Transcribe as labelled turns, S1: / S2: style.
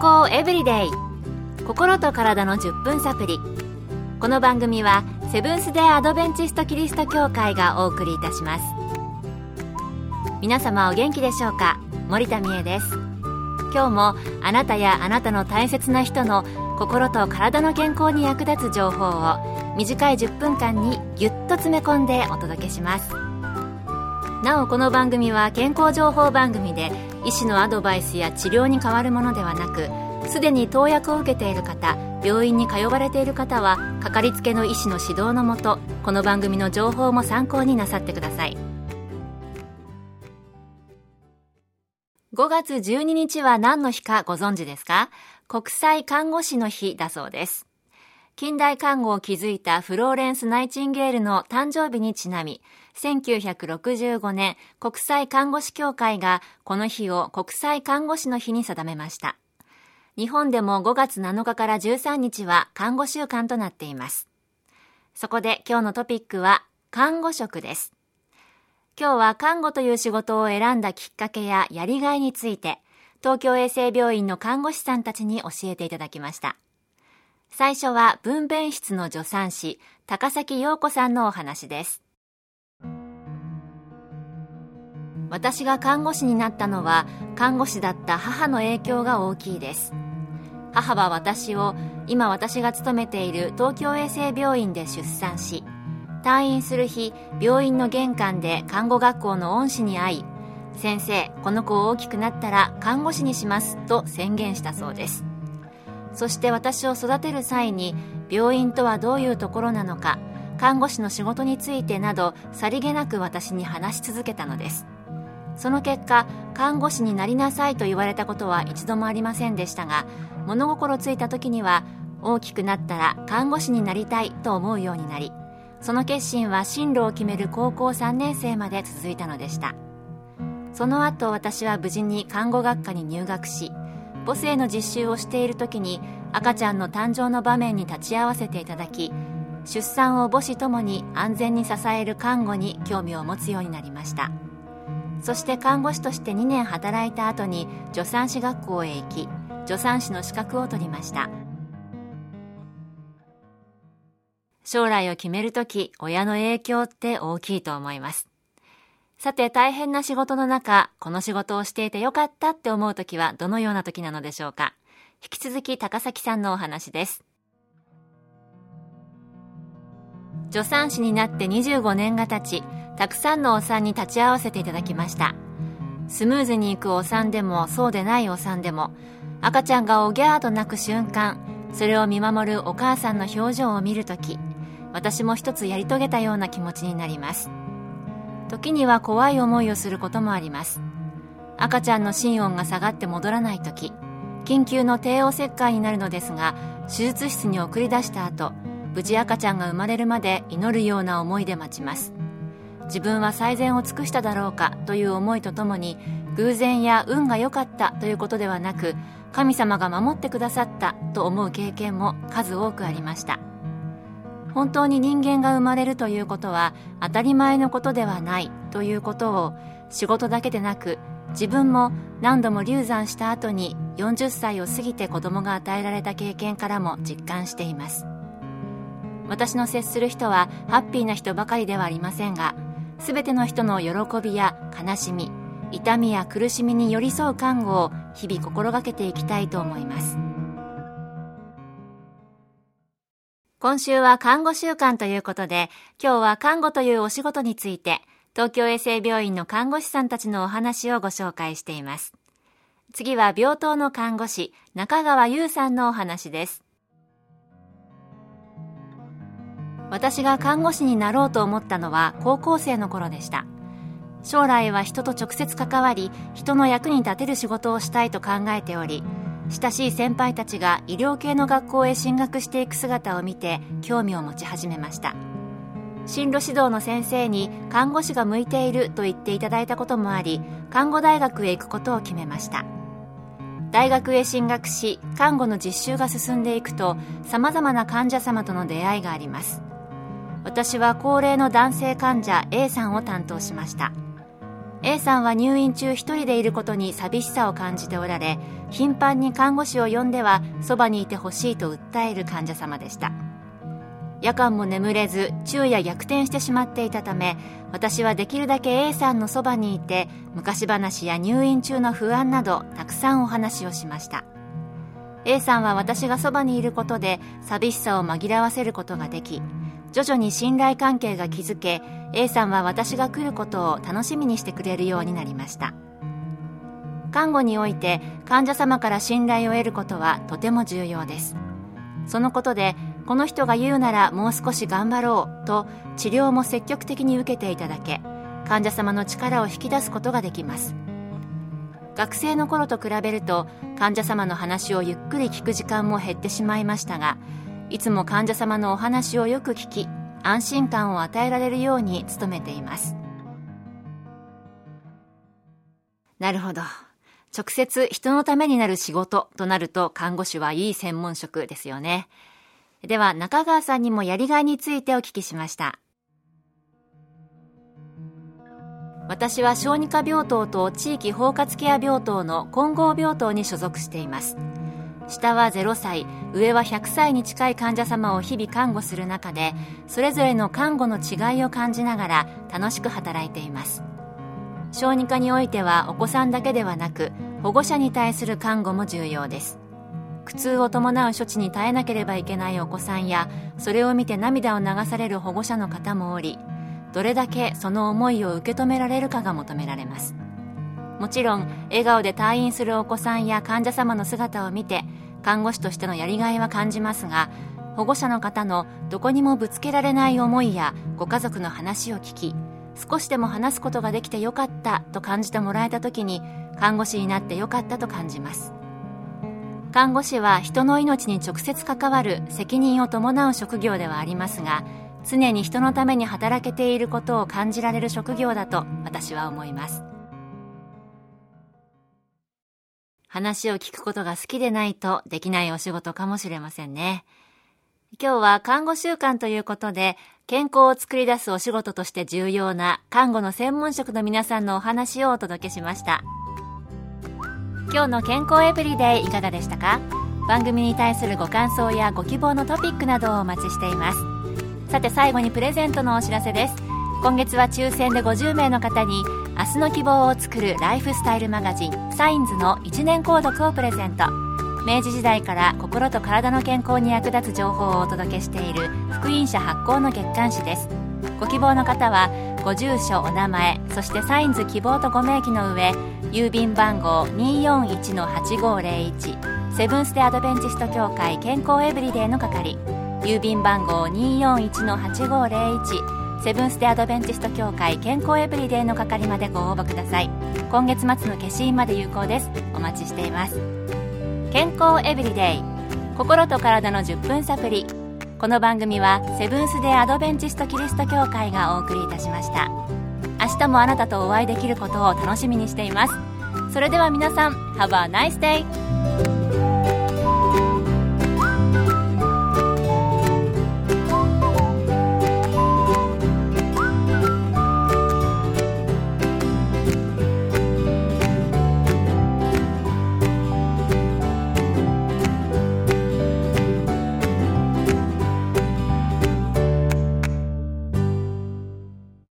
S1: 康エブリデイ、心と体の10分サプリ。この番組はセブンス・デー・アドベンチスト・キリスト教会がお送りいたします。皆様お元気でしょうか。森田美恵です。今日もあなたやあなたの大切な人の心と体の健康に役立つ情報を短い10分間にぎゅっと詰め込んでお届けします。なおこの番組は健康情報番組で、医師のアドバイスや治療に代わるものではなく、すでに投薬を受けている方、病院に通われている方はかかりつけの医師の指導のもと、この番組の情報も参考になさってください。5月12日は何の日かご存知ですか？国際看護師の日だそうです。近代看護を築いたフローレンス・ナイチンゲールの誕生日にちなみ、1965年国際看護師協会がこの日を国際看護師の日に定めました。日本でも5月7日から13日は看護週間となっています。そこで今日のトピックは看護職です。今日は看護という仕事を選んだきっかけややりがいについて、東京衛生病院の看護師さんたちに教えていただきました。最初は分娩室の助産師、高崎陽子さんのお話です。私が看護師になったのは、看護師だった母の影響が大きいです。母は私を今私が勤めている東京衛生病院で出産し、退院する日、病院の玄関で看護学校の恩師に会い、先生、この子を大きくなったら看護師にしますと宣言したそうです。そして私を育てる際に、病院とはどういうところなのか、看護師の仕事についてなどさりげなく私に話し続けたのです。その結果、看護師になりなさいと言われたことは一度もありませんでしたが、物心ついた時には大きくなったら看護師になりたいと思うようになり、その決心は進路を決める高校3年生まで続いたのでした。その後、私は無事に看護学科に入学し、母性の実習をしている時に赤ちゃんの誕生の場面に立ち会わせていただき、出産を母子ともに安全に支える看護に興味を持つようになりました。そして看護師として2年働いた後に助産師学校へ行き、助産師の資格を取りました。将来を決めるとき、親の影響って大きいと思います。さて、大変な仕事の中、この仕事をしていてよかったって思うときはどのようなときなのでしょうか。引き続き高崎さんのお話です。助産師になって25年が経ち、たくさんのお産に立ち会わせていただきました。スムーズにいくお産でもそうでないお産でも、赤ちゃんがおぎゃーと泣く瞬間、それを見守るお母さんの表情を見るとき、私も一つやり遂げたような気持ちになります。時には怖い思いをすることもあります。赤ちゃんの心音が下がって戻らないとき、緊急の帝王切開になるのですが、手術室に送り出した後、無事赤ちゃんが生まれるまで祈るような思いで待ちます。自分は最善を尽くしただろうかという思いとともに、偶然や運が良かったということではなく、神様が守ってくださったと思う経験も数多くありました。本当に人間が生まれるということは当たり前のことではないということを、仕事だけでなく自分も何度も流産した後に40歳を過ぎて子供が与えられた経験からも実感しています。私の接する人はハッピーな人ばかりではありませんが、すべての人の喜びや悲しみ、痛みや苦しみに寄り添う看護を日々心がけていきたいと思います。今週は看護週間ということで、今日は看護というお仕事について、東京衛生病院の看護師さんたちのお話をご紹介しています。次は病棟の看護師、中川優さんのお話です。私が看護師になろうと思ったのは高校生の頃でした。将来は人と直接関わり、人の役に立てる仕事をしたいと考えており、親しい先輩たちが医療系の学校へ進学していく姿を見て興味を持ち始めました。進路指導の先生に看護師が向いていると言っていただいたこともあり、看護大学へ行くことを決めました。大学へ進学し、看護の実習が進んでいくと、様々な患者様との出会いがあります。私は高齢の男性患者 A さんを担当しました。 A さんは入院中一人でいることに寂しさを感じておられ、頻繁に看護師を呼んではそばにいてほしいと訴える患者様でした。夜間も眠れず昼夜逆転してしまっていたため、私はできるだけ A さんのそばにいて昔話や入院中の不安などたくさんお話をしました。 A さんは私がそばにいることで寂しさを紛らわせることができ、徐々に信頼関係が築け、 A さんは私が来ることを楽しみにしてくれるようになりました。看護において患者様から信頼を得ることはとても重要です。そのことでこの人が言うならもう少し頑張ろうと治療も積極的に受けていただけ、患者様の力を引き出すことができます。学生の頃と比べると患者様の話をゆっくり聞く時間も減ってしまいましたが、いつも患者様のお話をよく聞き、安心感を与えられるように努めています。なるほど。直接人のためになる仕事となると看護師はいい専門職ですよね。では中川さんにもやりがいについてお聞きしました。私は小児科病棟と地域包括ケア病棟の混合病棟に所属しています。下は0歳、上は100歳に近い患者様を日々看護する中で、それぞれの看護の違いを感じながら楽しく働いています。小児科においてはお子さんだけではなく保護者に対する看護も重要です。苦痛を伴う処置に耐えなければいけないお子さんや、それを見て涙を流される保護者の方もおり、どれだけその思いを受け止められるかが求められます。もちろん笑顔で退院するお子さんや患者様の姿を見て看護師としてのやりがいは感じますが、保護者の方のどこにもぶつけられない思いやご家族の話を聞き、少しでも話すことができてよかったと感じてもらえた時に、看護師になってよかったと感じます。看護師は人の命に直接関わる責任を伴う職業ではありますが、常に人のために働けていることを感じられる職業だと私は思います。話を聞くことが好きでないとできないお仕事かもしれませんね。今日は看護習慣ということで、健康を作り出すお仕事として重要な看護の専門職の皆さんのお話をお届けしました。今日の健康エブリデイいかがでしたか？番組に対するご感想やご希望のトピックなどをお待ちしています。さて最後にプレゼントのお知らせです。今月は抽選で50名の方に明日の希望を作るライフスタイルマガジンサインズの1年購読をプレゼント。明治時代から心と体の健康に役立つ情報をお届けしている福音社発行の月刊誌です。ご希望の方はご住所、お名前、そしてサインズ希望とご明記の上、郵便番号 241-8501 セブンステアドベンチスト協会健康エブリデイの係、郵便番号 241-8501 セブンステアドベンチスト協会健康エブリデイの係までご応募ください。今月末の消印まで有効です。お待ちしています。健康エブリデイ、心と体の10分サプリ。この番組はセブンス・デ・アドベンチスト・キリスト教会がお送りいたしました。明日もあなたとお会いできることを楽しみにしています。それでは皆さん、Have a nice day!